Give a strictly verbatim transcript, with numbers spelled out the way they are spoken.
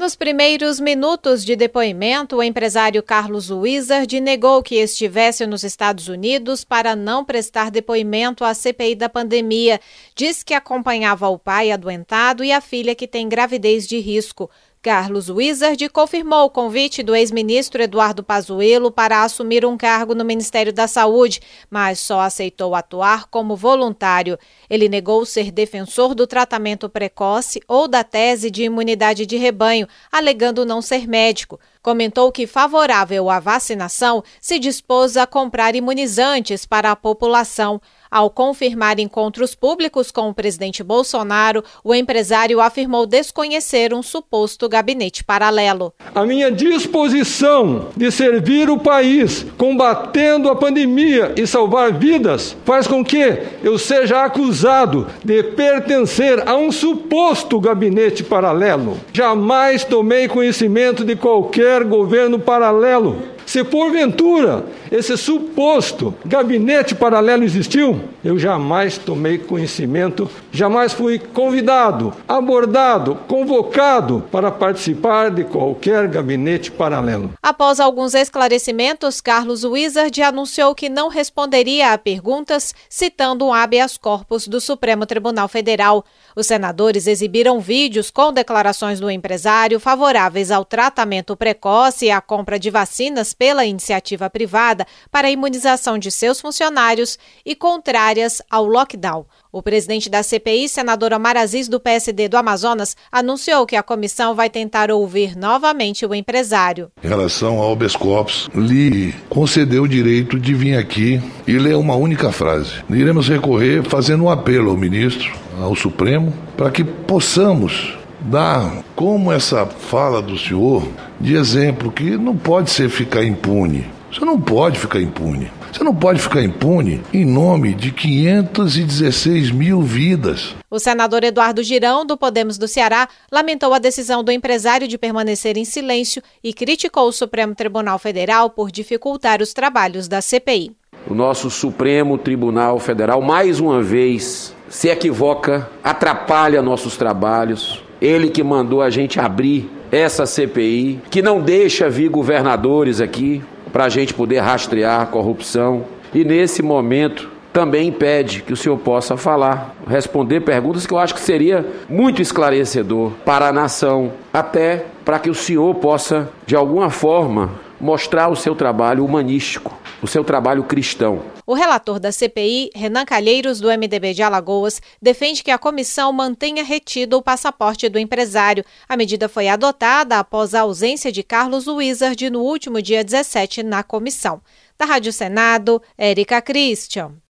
Nos primeiros minutos de depoimento, o empresário Carlos Wizard negou que estivesse nos Estados Unidos para não prestar depoimento à C P I da pandemia. Diz que acompanhava o pai adoentado e a filha que tem gravidez de risco. Carlos Wizard confirmou o convite do ex-ministro Eduardo Pazuello para assumir um cargo no Ministério da Saúde, mas só aceitou atuar como voluntário. Ele negou ser defensor do tratamento precoce ou da tese de imunidade de rebanho, alegando não ser médico. Comentou que, favorável à vacinação, se dispôs a comprar imunizantes para a população. Ao confirmar encontros públicos com o presidente Bolsonaro, o empresário afirmou desconhecer um suposto gabinete paralelo. A minha disposição de servir o país, combatendo a pandemia e salvar vidas, faz com que eu seja acusado de pertencer a um suposto gabinete paralelo. Jamais tomei conhecimento de qualquer governo paralelo. Se porventura esse suposto gabinete paralelo existiu, eu jamais tomei conhecimento, jamais fui convidado, abordado, convocado para participar de qualquer gabinete paralelo. Após alguns esclarecimentos, Carlos Wizard anunciou que não responderia a perguntas, citando um habeas corpus do Supremo Tribunal Federal. Os senadores exibiram vídeos com declarações do empresário favoráveis ao tratamento precoce e à compra de vacinas pela iniciativa privada para a imunização de seus funcionários e contrárias ao lockdown. O presidente da C P I, senador Omar Aziz, do P S D do Amazonas, anunciou que a comissão vai tentar ouvir novamente o empresário. Em relação ao habeas corpus, lhe concedeu o direito de vir aqui e ler uma única frase. Iremos recorrer fazendo um apelo ao ministro, ao Supremo, para que possamos dar, como essa fala do senhor, de exemplo, que não pode ser ficar impune. Você não pode ficar impune. Você não pode ficar impune em nome de quinhentas e dezesseis mil vidas. O senador Eduardo Girão, do Podemos do Ceará, lamentou a decisão do empresário de permanecer em silêncio e criticou o Supremo Tribunal Federal por dificultar os trabalhos da C P I. O nosso Supremo Tribunal Federal, mais uma vez, se equivoca, atrapalha nossos trabalhos. Ele que mandou a gente abrir essa C P I, que não deixa vir governadores aqui para a gente poder rastrear a corrupção. E nesse momento também impede que o senhor possa falar, responder perguntas que eu acho que seria muito esclarecedor para a nação, até para que o senhor possa, de alguma forma, mostrar o seu trabalho humanístico, o seu trabalho cristão. O relator da C P I, Renan Calheiros, do M D B de Alagoas, defende que a comissão mantenha retido o passaporte do empresário. A medida foi adotada após a ausência de Carlos Wizard no último dia dezessete na comissão. Da Rádio Senado, Érica Christian.